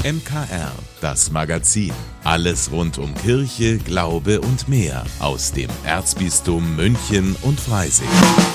MKR, das Magazin. Alles rund um Kirche, Glaube und mehr aus dem Erzbistum München und Freising.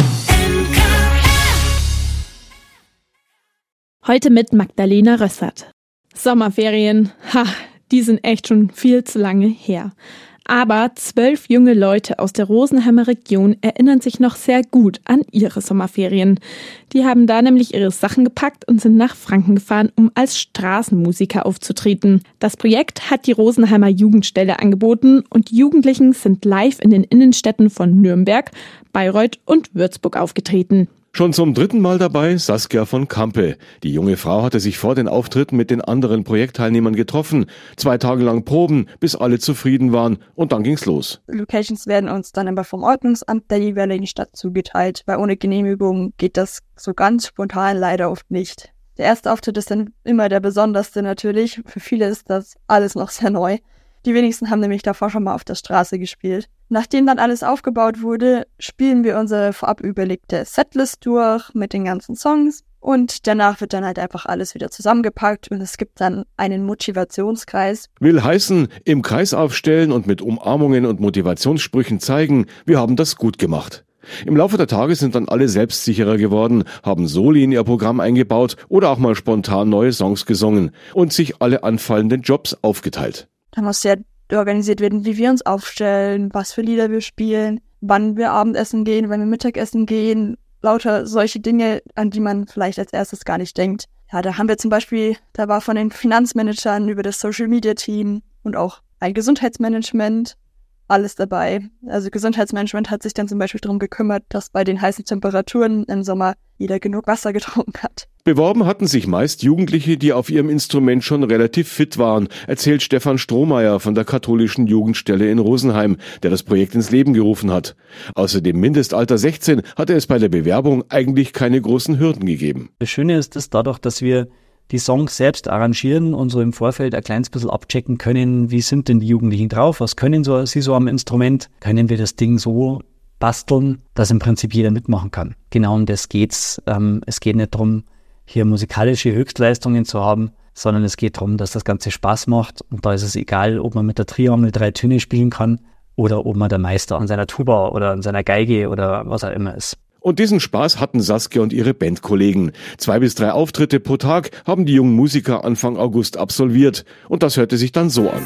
Heute mit Magdalena Rössert. Sommerferien, die sind echt schon viel zu lange her. Aber 12 junge Leute aus der Rosenheimer Region erinnern sich noch sehr gut an ihre Sommerferien. Die haben da nämlich ihre Sachen gepackt und sind nach Franken gefahren, um als Straßenmusiker aufzutreten. Das Projekt hat die Rosenheimer Jugendstelle angeboten und die Jugendlichen sind live in den Innenstädten von Nürnberg, Bayreuth und Würzburg aufgetreten. Schon zum 3. Mal dabei Saskia von Kampe. Die junge Frau hatte sich vor den Auftritten mit den anderen Projektteilnehmern getroffen. 2 Tage lang proben, bis alle zufrieden waren, und dann ging's los. Locations werden uns dann aber vom Ordnungsamt der jeweiligen Stadt zugeteilt, weil ohne Genehmigung geht das so ganz spontan leider oft nicht. Der erste Auftritt ist dann immer der besonderste natürlich. Für viele ist das alles noch sehr neu. Die wenigsten haben nämlich davor schon mal auf der Straße gespielt. Nachdem dann alles aufgebaut wurde, spielen wir unsere vorab überlegte Setlist durch mit den ganzen Songs und danach wird dann halt einfach alles wieder zusammengepackt und es gibt dann einen Motivationskreis. Will heißen, im Kreis aufstellen und mit Umarmungen und Motivationssprüchen zeigen, wir haben das gut gemacht. Im Laufe der Tage sind dann alle selbstsicherer geworden, haben Soli in ihr Programm eingebaut oder auch mal spontan neue Songs gesungen und sich alle anfallenden Jobs aufgeteilt. Da muss ja organisiert werden, wie wir uns aufstellen, was für Lieder wir spielen, wann wir Abendessen gehen, wann wir Mittagessen gehen, lauter solche Dinge, an die man vielleicht als erstes gar nicht denkt. Ja, da haben wir zum Beispiel, da war von den Finanzmanagern über das Social-Media-Team und auch ein Gesundheitsmanagement alles dabei. Also Gesundheitsmanagement hat sich dann zum Beispiel darum gekümmert, dass bei den heißen Temperaturen im Sommer jeder genug Wasser getrunken hat. Beworben hatten sich meist Jugendliche, die auf ihrem Instrument schon relativ fit waren, erzählt Stefan Strohmeier von der katholischen Jugendstelle in Rosenheim, der das Projekt ins Leben gerufen hat. Außer dem Mindestalter 16 hatte es bei der Bewerbung eigentlich keine großen Hürden gegeben. Das Schöne ist es dadurch, dass wir die Songs selbst arrangieren und so im Vorfeld ein kleines bisschen abchecken können, wie sind denn die Jugendlichen drauf, was können sie so am Instrument, können wir das Ding so basteln, dass im Prinzip jeder mitmachen kann. Genau um das geht's. Es geht nicht darum, hier musikalische Höchstleistungen zu haben, sondern es geht darum, dass das Ganze Spaß macht und da ist es egal, ob man mit der Triangel 3 Töne spielen kann oder ob man der Meister an seiner Tuba oder an seiner Geige oder was auch immer ist. Und diesen Spaß hatten Saskia und ihre Bandkollegen. 2 bis 3 Auftritte pro Tag haben die jungen Musiker Anfang August absolviert. Und das hörte sich dann so an.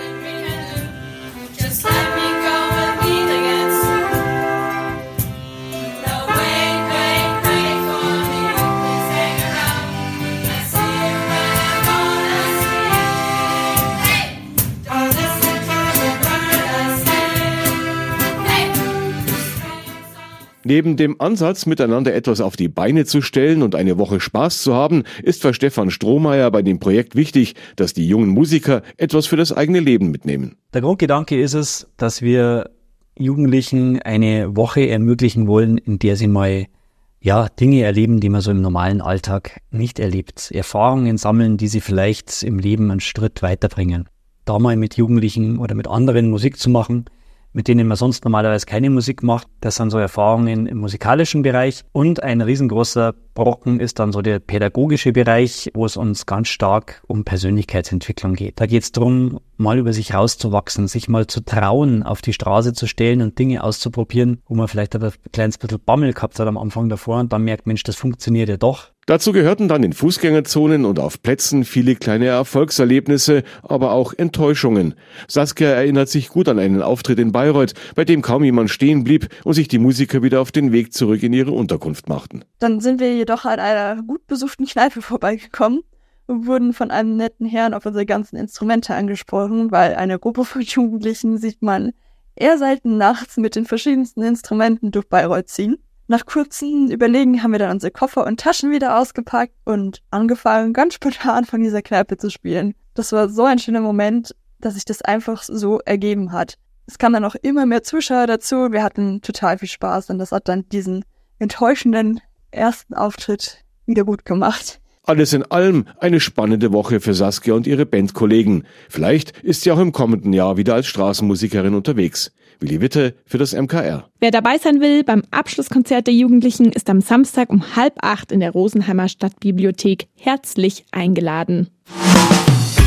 Neben dem Ansatz, miteinander etwas auf die Beine zu stellen und eine Woche Spaß zu haben, ist für Stefan Strohmeier bei dem Projekt wichtig, dass die jungen Musiker etwas für das eigene Leben mitnehmen. Der Grundgedanke ist es, dass wir Jugendlichen eine Woche ermöglichen wollen, in der sie mal Dinge erleben, die man so im normalen Alltag nicht erlebt. Erfahrungen sammeln, die sie vielleicht im Leben einen Schritt weiterbringen. Da mal mit Jugendlichen oder mit anderen Musik zu machen, mit denen man sonst normalerweise keine Musik macht. Das sind so Erfahrungen im musikalischen Bereich. Und ein riesengroßer Brocken ist dann so der pädagogische Bereich, wo es uns ganz stark um Persönlichkeitsentwicklung geht. Da geht es darum, mal über sich rauszuwachsen, sich mal zu trauen, auf die Straße zu stellen und Dinge auszuprobieren, wo man vielleicht aber ein kleines bisschen Bammel gehabt hat am Anfang davor und dann merkt, Mensch, das funktioniert ja doch. Dazu gehörten dann in Fußgängerzonen und auf Plätzen viele kleine Erfolgserlebnisse, aber auch Enttäuschungen. Saskia erinnert sich gut an einen Auftritt in Bayreuth, bei dem kaum jemand stehen blieb und sich die Musiker wieder auf den Weg zurück in ihre Unterkunft machten. Dann sind wir jedoch an einer gut besuchten Kneipe vorbeigekommen und wurden von einem netten Herrn auf unsere ganzen Instrumente angesprochen, weil eine Gruppe von Jugendlichen sieht man eher selten nachts mit den verschiedensten Instrumenten durch Bayreuth ziehen. Nach kurzen Überlegen haben wir dann unsere Koffer und Taschen wieder ausgepackt und angefangen, ganz spontan von dieser Kneipe zu spielen. Das war so ein schöner Moment, dass sich das einfach so ergeben hat. Es kamen dann auch immer mehr Zuschauer dazu. Wir hatten total viel Spaß und das hat dann diesen enttäuschenden ersten Auftritt wieder gut gemacht. Alles in allem eine spannende Woche für Saskia und ihre Bandkollegen. Vielleicht ist sie auch im kommenden Jahr wieder als Straßenmusikerin unterwegs. Willi Witte für das MKR. Wer dabei sein will beim Abschlusskonzert der Jugendlichen, ist am Samstag um 7:30 in der Rosenheimer Stadtbibliothek herzlich eingeladen.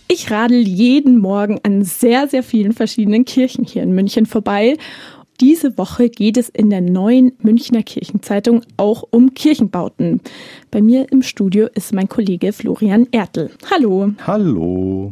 Ich radel jeden Morgen an sehr, sehr vielen verschiedenen Kirchen hier in München vorbei. Diese Woche geht es in der neuen Münchner Kirchenzeitung auch um Kirchenbauten. Bei mir im Studio ist mein Kollege Florian Ertl. Hallo. Hallo.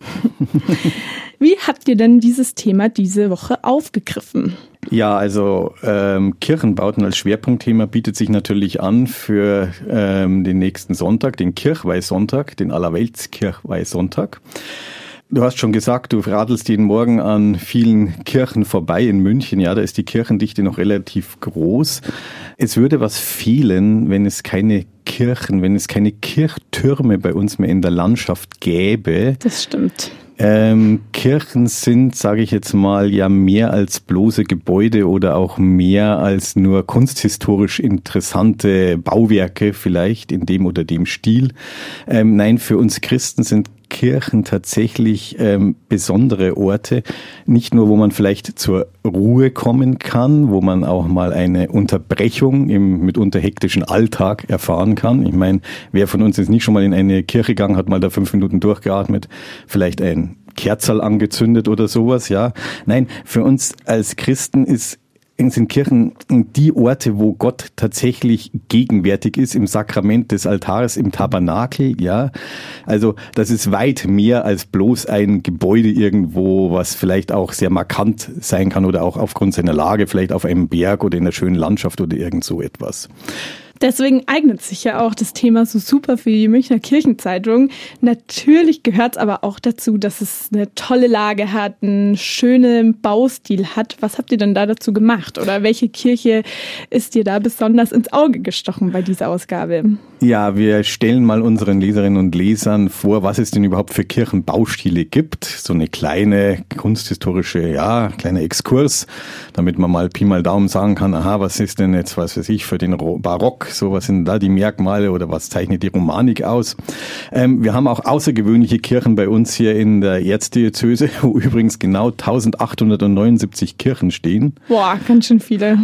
Wie habt ihr denn dieses Thema diese Woche aufgegriffen? Ja, also Kirchenbauten als Schwerpunktthema bietet sich natürlich an für den nächsten Sonntag, den Kirchweihsonntag, den Allerweltskirchweihsonntag. Du hast schon gesagt, du radelst jeden Morgen an vielen Kirchen vorbei in München. Ja, da ist die Kirchendichte noch relativ groß. Es würde was fehlen, wenn es keine Kirchen, wenn es keine Kirchtürme bei uns mehr in der Landschaft gäbe. Das stimmt. Kirchen sind, sage ich jetzt mal, ja mehr als bloße Gebäude oder auch mehr als nur kunsthistorisch interessante Bauwerke vielleicht in dem oder dem Stil. Nein, für uns Christen sind Kirchen tatsächlich besondere Orte, nicht nur, wo man vielleicht zur Ruhe kommen kann, wo man auch mal eine Unterbrechung im mitunter hektischen Alltag erfahren kann. Ich meine, wer von uns ist nicht schon mal in eine Kirche gegangen, hat mal da 5 Minuten durchgeatmet, vielleicht ein Kerzerl angezündet oder sowas, ja. Nein, für uns als Christen sind Kirchen die Orte, wo Gott tatsächlich gegenwärtig ist, im Sakrament des Altars, im Tabernakel, ja. Also das ist weit mehr als bloß ein Gebäude irgendwo, was vielleicht auch sehr markant sein kann oder auch aufgrund seiner Lage, vielleicht auf einem Berg oder in einer schönen Landschaft oder irgend so etwas. Deswegen eignet sich ja auch das Thema so super für die Münchner Kirchenzeitung. Natürlich gehört es aber auch dazu, dass es eine tolle Lage hat, einen schönen Baustil hat. Was habt ihr denn da dazu gemacht? Oder welche Kirche ist dir da besonders ins Auge gestochen bei dieser Ausgabe? Ja, wir stellen mal unseren Leserinnen und Lesern vor, was es denn überhaupt für Kirchenbaustile gibt. So eine kleine kunsthistorische, kleiner Exkurs, damit man mal Pi mal Daumen sagen kann, aha, was ist denn jetzt, was weiß ich, für den Barock, so was sind da die Merkmale oder was zeichnet die Romanik aus. Wir haben auch außergewöhnliche Kirchen bei uns hier in der Erzdiözese, wo übrigens genau 1879 Kirchen stehen. Boah, ganz schön viele.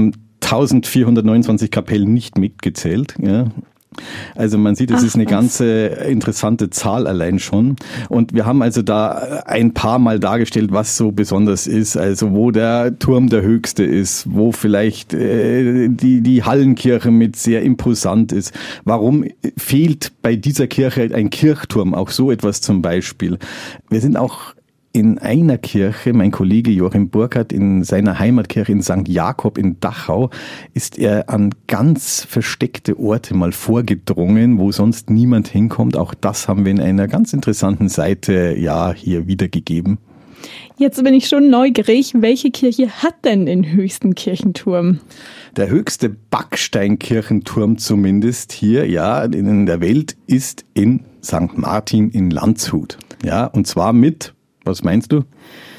1429 Kapellen nicht mitgezählt, ja. Also man sieht, es ist eine ganze interessante Zahl allein schon. Und wir haben also da ein paar Mal dargestellt, was so besonders ist. Also wo der Turm der höchste ist, wo vielleicht die Hallenkirche mit sehr imposant ist. Warum fehlt bei dieser Kirche ein Kirchturm? Auch so etwas zum Beispiel. Wir sind auch in einer Kirche, mein Kollege Joachim Burkhardt, in seiner Heimatkirche in St. Jakob in Dachau, ist er an ganz versteckte Orte mal vorgedrungen, wo sonst niemand hinkommt. Auch das haben wir in einer ganz interessanten Seite hier wiedergegeben. Jetzt bin ich schon neugierig. Welche Kirche hat denn den höchsten Kirchenturm? Der höchste Backsteinkirchenturm zumindest hier, in der Welt, ist in St. Martin in Landshut. Ja, und zwar mit, was meinst du?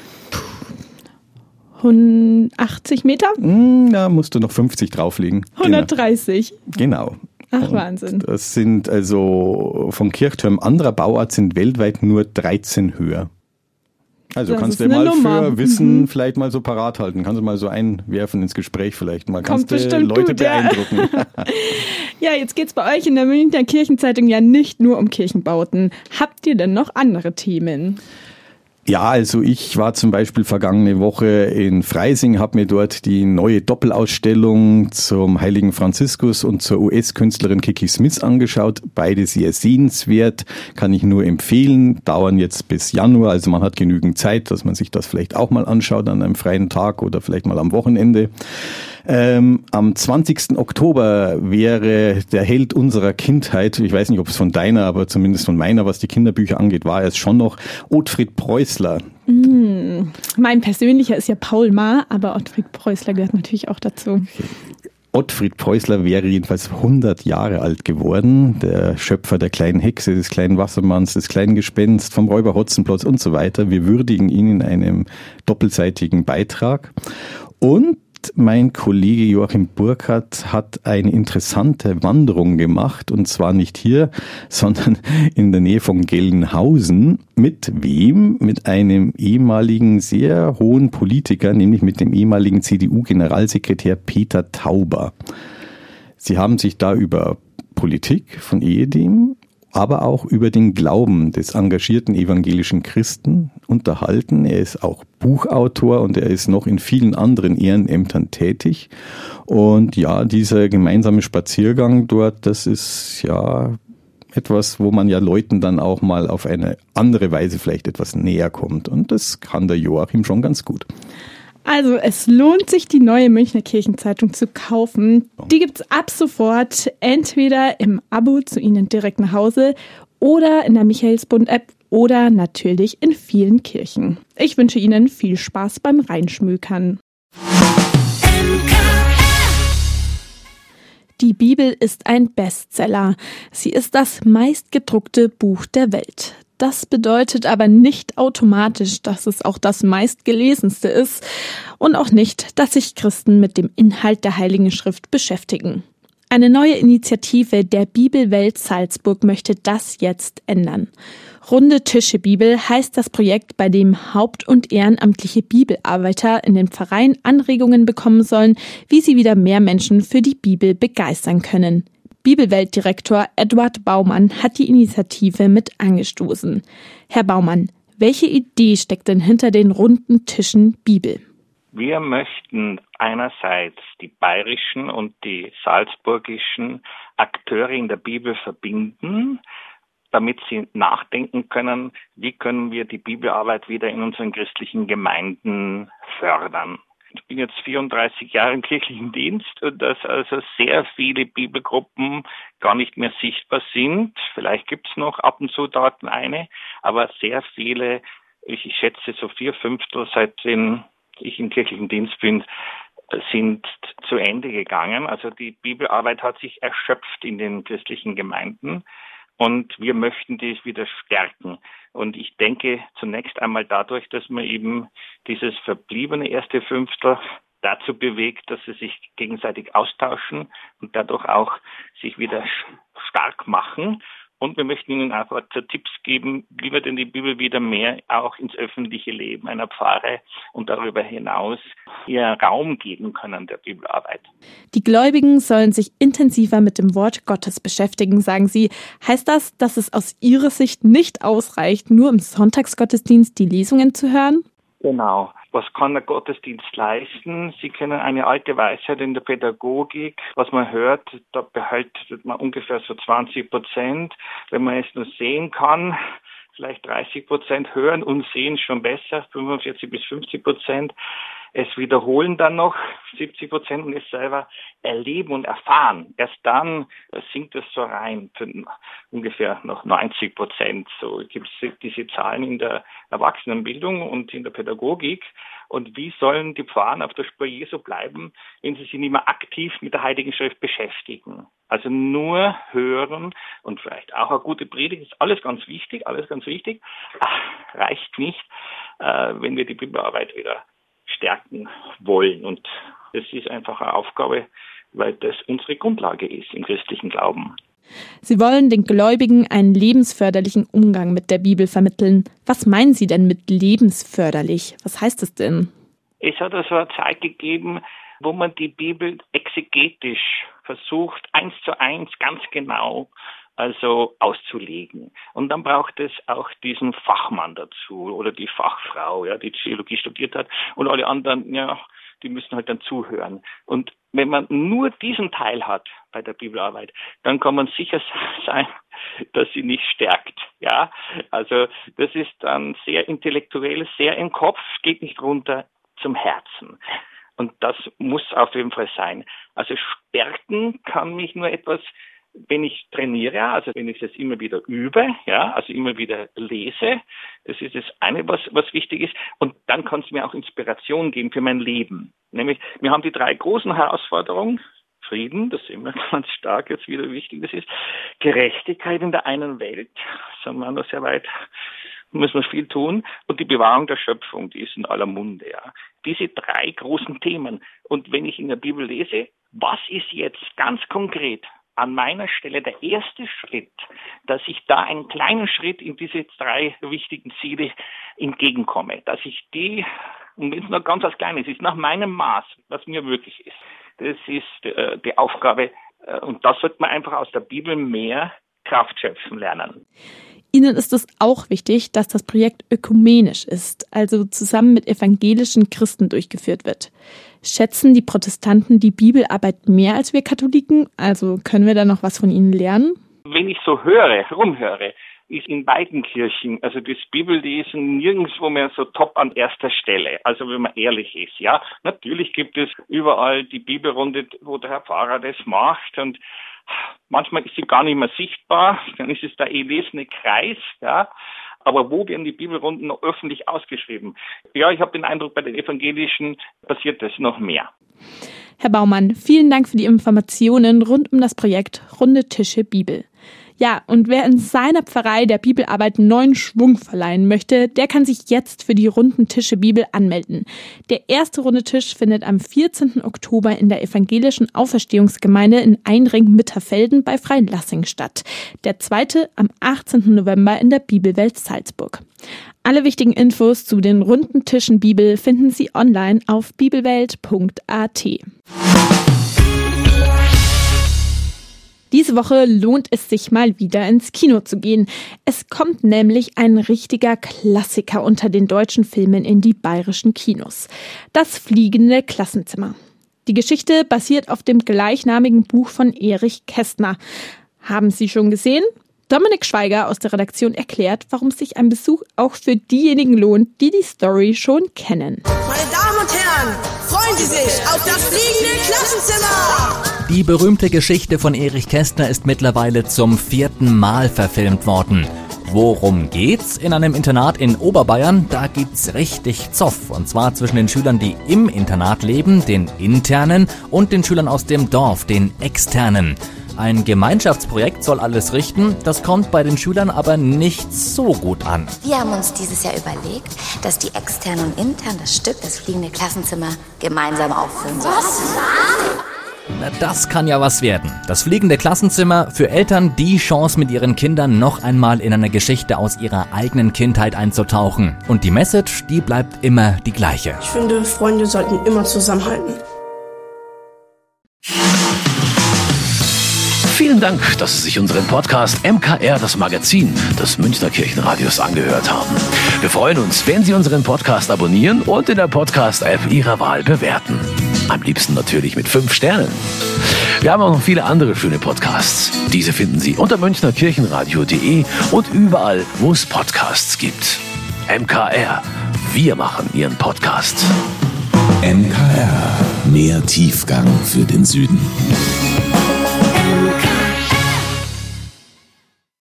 180 Meter? Da musst du noch 50 drauflegen. 130. Genau. Ach, und Wahnsinn. Das sind also von Kirchtürmen anderer Bauart sind weltweit nur 13 höher. Also das kannst du ist dir eine mal Nummer. für Wissen vielleicht mal so parat halten. Kannst du mal so einwerfen ins Gespräch vielleicht mal. Kannst du Leute beeindrucken. Ja, jetzt geht's bei euch in der Münchner Kirchenzeitung ja nicht nur um Kirchenbauten. Habt ihr denn noch andere Themen? Ja, also ich war zum Beispiel vergangene Woche in Freising, habe mir dort die neue Doppelausstellung zum Heiligen Franziskus und zur US-Künstlerin Kiki Smith angeschaut. Beide sehr sehenswert, kann ich nur empfehlen. Dauern jetzt bis Januar, also man hat genügend Zeit, dass man sich das vielleicht auch mal anschaut an einem freien Tag oder vielleicht mal am Wochenende. Am 20. Oktober wäre der Held unserer Kindheit, ich weiß nicht, ob es von deiner, aber zumindest von meiner, was die Kinderbücher angeht, war es schon noch Ottfried Preußler. Mein persönlicher ist ja Paul Maar, aber Ottfried Preußler gehört natürlich auch dazu. Ottfried Preußler wäre jedenfalls 100 Jahre alt geworden, der Schöpfer der kleinen Hexe, des kleinen Wassermanns, des kleinen Gespenst, vom Räuber Hotzenplotz und so weiter. Wir würdigen ihn in einem doppelseitigen Beitrag. Und mein Kollege Joachim Burkhardt hat eine interessante Wanderung gemacht, und zwar nicht hier, sondern in der Nähe von Gelnhausen. Mit wem? Mit einem ehemaligen sehr hohen Politiker, nämlich mit dem ehemaligen CDU-Generalsekretär Peter Tauber. Sie haben sich da über Politik von ehedem aber auch über den Glauben des engagierten evangelischen Christen unterhalten. Er ist auch Buchautor und er ist noch in vielen anderen Ehrenämtern tätig. Und ja, dieser gemeinsame Spaziergang dort, das ist ja etwas, wo man ja Leuten dann auch mal auf eine andere Weise vielleicht etwas näher kommt. Und das kann der Joachim schon ganz gut. Also es lohnt sich, die neue Münchner Kirchenzeitung zu kaufen. Die gibt's ab sofort entweder im Abo zu Ihnen direkt nach Hause oder in der Michaelsbund-App oder natürlich in vielen Kirchen. Ich wünsche Ihnen viel Spaß beim Reinschmökern. Die Bibel ist ein Bestseller. Sie ist das meistgedruckte Buch der Welt. Das bedeutet aber nicht automatisch, dass es auch das meistgelesenste ist und auch nicht, dass sich Christen mit dem Inhalt der Heiligen Schrift beschäftigen. Eine neue Initiative der Bibelwelt Salzburg möchte das jetzt ändern. Runde Tische Bibel heißt das Projekt, bei dem haupt- und ehrenamtliche Bibelarbeiter in den Pfarreien Anregungen bekommen sollen, wie sie wieder mehr Menschen für die Bibel begeistern können. Bibelweltdirektor Eduard Baumann hat die Initiative mit angestoßen. Herr Baumann, welche Idee steckt denn hinter den runden Tischen Bibel? Wir möchten einerseits die bayerischen und die salzburgischen Akteure in der Bibel verbinden, damit sie nachdenken können, wie können wir die Bibelarbeit wieder in unseren christlichen Gemeinden fördern. Ich bin jetzt 34 Jahre im kirchlichen Dienst und dass also sehr viele Bibelgruppen gar nicht mehr sichtbar sind. Vielleicht gibt es noch ab und zu dort eine, aber sehr viele, ich schätze so 4/5, seitdem ich im kirchlichen Dienst bin, sind zu Ende gegangen. Also die Bibelarbeit hat sich erschöpft in den christlichen Gemeinden. Und wir möchten dies wieder stärken. Und ich denke zunächst einmal dadurch, dass man eben dieses verbliebene erste Fünftel dazu bewegt, dass sie sich gegenseitig austauschen und dadurch auch sich wieder stark machen. Und wir möchten ihnen einfach Tipps geben, wie wir denn die Bibel wieder mehr auch ins öffentliche Leben einer Pfarre und darüber hinaus ihr Raum geben können der Bibelarbeit. Die Gläubigen sollen sich intensiver mit dem Wort Gottes beschäftigen, sagen Sie. Heißt das, dass es aus Ihrer Sicht nicht ausreicht, nur im Sonntagsgottesdienst die Lesungen zu hören? Genau. Was kann der Gottesdienst leisten? Sie kennen eine alte Weisheit in der Pädagogik. Was man hört, da behält man ungefähr so 20%. Wenn man es nur sehen kann, vielleicht 30% hören und sehen schon besser, 45-50%. Es wiederholen dann noch 70% und es selber erleben und erfahren. Erst dann sinkt es so rein, für ungefähr noch 90%. So gibt es diese Zahlen in der Erwachsenenbildung und in der Pädagogik. Und wie sollen die Pfarrer auf der Spur Jesu bleiben, wenn sie sich nicht mehr aktiv mit der Heiligen Schrift beschäftigen? Also nur hören und vielleicht auch eine gute Predigt ist alles ganz wichtig, reicht nicht, wenn wir die Bibelarbeit wieder stärken wollen. Und das ist einfach eine Aufgabe, weil das unsere Grundlage ist im christlichen Glauben. Sie wollen den Gläubigen einen lebensförderlichen Umgang mit der Bibel vermitteln. Was meinen Sie denn mit lebensförderlich? Was heißt es denn? Es hat also eine Zeit gegeben, wo man die Bibel exegetisch versucht, 1:1 ganz genau auszulegen. Und dann braucht es auch diesen Fachmann dazu oder die Fachfrau, ja, die Theologie studiert hat und alle anderen, ja, die müssen halt dann zuhören. Und wenn man nur diesen Teil hat bei der Bibelarbeit, dann kann man sicher sein, dass sie nicht stärkt. Ja, also das ist dann sehr intellektuell, sehr im Kopf, geht nicht runter zum Herzen. Und das muss auf jeden Fall sein. Also stärken kann mich nur etwas, wenn ich trainiere, also wenn ich es immer wieder übe, ja, also immer wieder lese, das ist das eine, was wichtig ist. Und dann kann es mir auch Inspiration geben für mein Leben. Nämlich, wir haben die 3 großen Herausforderungen. Frieden, das sehen wir ganz stark jetzt wieder, wie wichtig das ist. Gerechtigkeit in der einen Welt, sind wir noch sehr weit, müssen wir viel tun. Und die Bewahrung der Schöpfung, die ist in aller Munde, ja. Diese 3 großen Themen. Und wenn ich in der Bibel lese, was ist jetzt ganz konkret an meiner Stelle der erste Schritt, dass ich da einen kleinen Schritt in diese 3 wichtigen Ziele entgegenkomme, dass ich die, und wenn es noch ganz was Kleines ist, nach meinem Maß, was mir möglich ist. Das ist die Aufgabe, und das sollte man einfach aus der Bibel mehr Kraft schöpfen lernen. Ihnen ist es auch wichtig, dass das Projekt ökumenisch ist, also zusammen mit evangelischen Christen durchgeführt wird. Schätzen die Protestanten die Bibelarbeit mehr als wir Katholiken? Also können wir da noch was von ihnen lernen? Wenn ich so rumhöre, ist in beiden Kirchen, also das Bibellesen nirgendwo mehr so top an erster Stelle. Also wenn man ehrlich ist, ja. Natürlich gibt es überall die Bibelrunde, wo der Herr Pfarrer das macht und manchmal ist sie gar nicht mehr sichtbar, dann ist es der lesende Kreis, ja. Aber wo werden die Bibelrunden noch öffentlich ausgeschrieben? Ja, ich habe den Eindruck, bei den Evangelischen passiert das noch mehr. Herr Baumann, vielen Dank für die Informationen rund um das Projekt Runde Tische Bibel. Ja, und wer in seiner Pfarrei der Bibelarbeit neuen Schwung verleihen möchte, der kann sich jetzt für die Runden Tische Bibel anmelden. Der erste Runde Tisch findet am 14. Oktober in der evangelischen Auferstehungsgemeinde in Einring-Mitterfelden bei Freilassing statt. Der zweite am 18. November in der Bibelwelt Salzburg. Alle wichtigen Infos zu den Runden Tischen Bibel finden Sie online auf bibelwelt.at. Diese Woche lohnt es sich mal wieder ins Kino zu gehen. Es kommt nämlich ein richtiger Klassiker unter den deutschen Filmen in die bayerischen Kinos. Das fliegende Klassenzimmer. Die Geschichte basiert auf dem gleichnamigen Buch von Erich Kästner. Haben Sie schon gesehen? Dominik Schweiger aus der Redaktion erklärt, warum sich ein Besuch auch für diejenigen lohnt, die die Story schon kennen. Meine Damen und Herren, freuen Sie sich auf das fliegende Klassenzimmer! Die berühmte Geschichte von Erich Kästner ist mittlerweile zum 4. Mal verfilmt worden. Worum geht's? In einem Internat in Oberbayern, da gibt's richtig Zoff. Und zwar zwischen den Schülern, die im Internat leben, den internen, und den Schülern aus dem Dorf, den externen. Ein Gemeinschaftsprojekt soll alles richten, das kommt bei den Schülern aber nicht so gut an. Wir haben uns dieses Jahr überlegt, dass die externen und internen das Stück, das fliegende Klassenzimmer, gemeinsam aufführen sollen. Was? Na, das kann ja was werden. Das fliegende Klassenzimmer, für Eltern die Chance, mit ihren Kindern noch einmal in eine Geschichte aus ihrer eigenen Kindheit einzutauchen. Und die Message, die bleibt immer die gleiche. Ich finde, Freunde sollten immer zusammenhalten. Vielen Dank, dass Sie sich unseren Podcast MKR, das Magazin des Münchner Kirchenradios, angehört haben. Wir freuen uns, wenn Sie unseren Podcast abonnieren und in der Podcast-App Ihrer Wahl bewerten. Am liebsten natürlich mit 5 Sternen. Wir haben auch noch viele andere schöne Podcasts. Diese finden Sie unter münchnerkirchenradio.de und überall, wo es Podcasts gibt. MKR, wir machen Ihren Podcast. MKR, mehr Tiefgang für den Süden.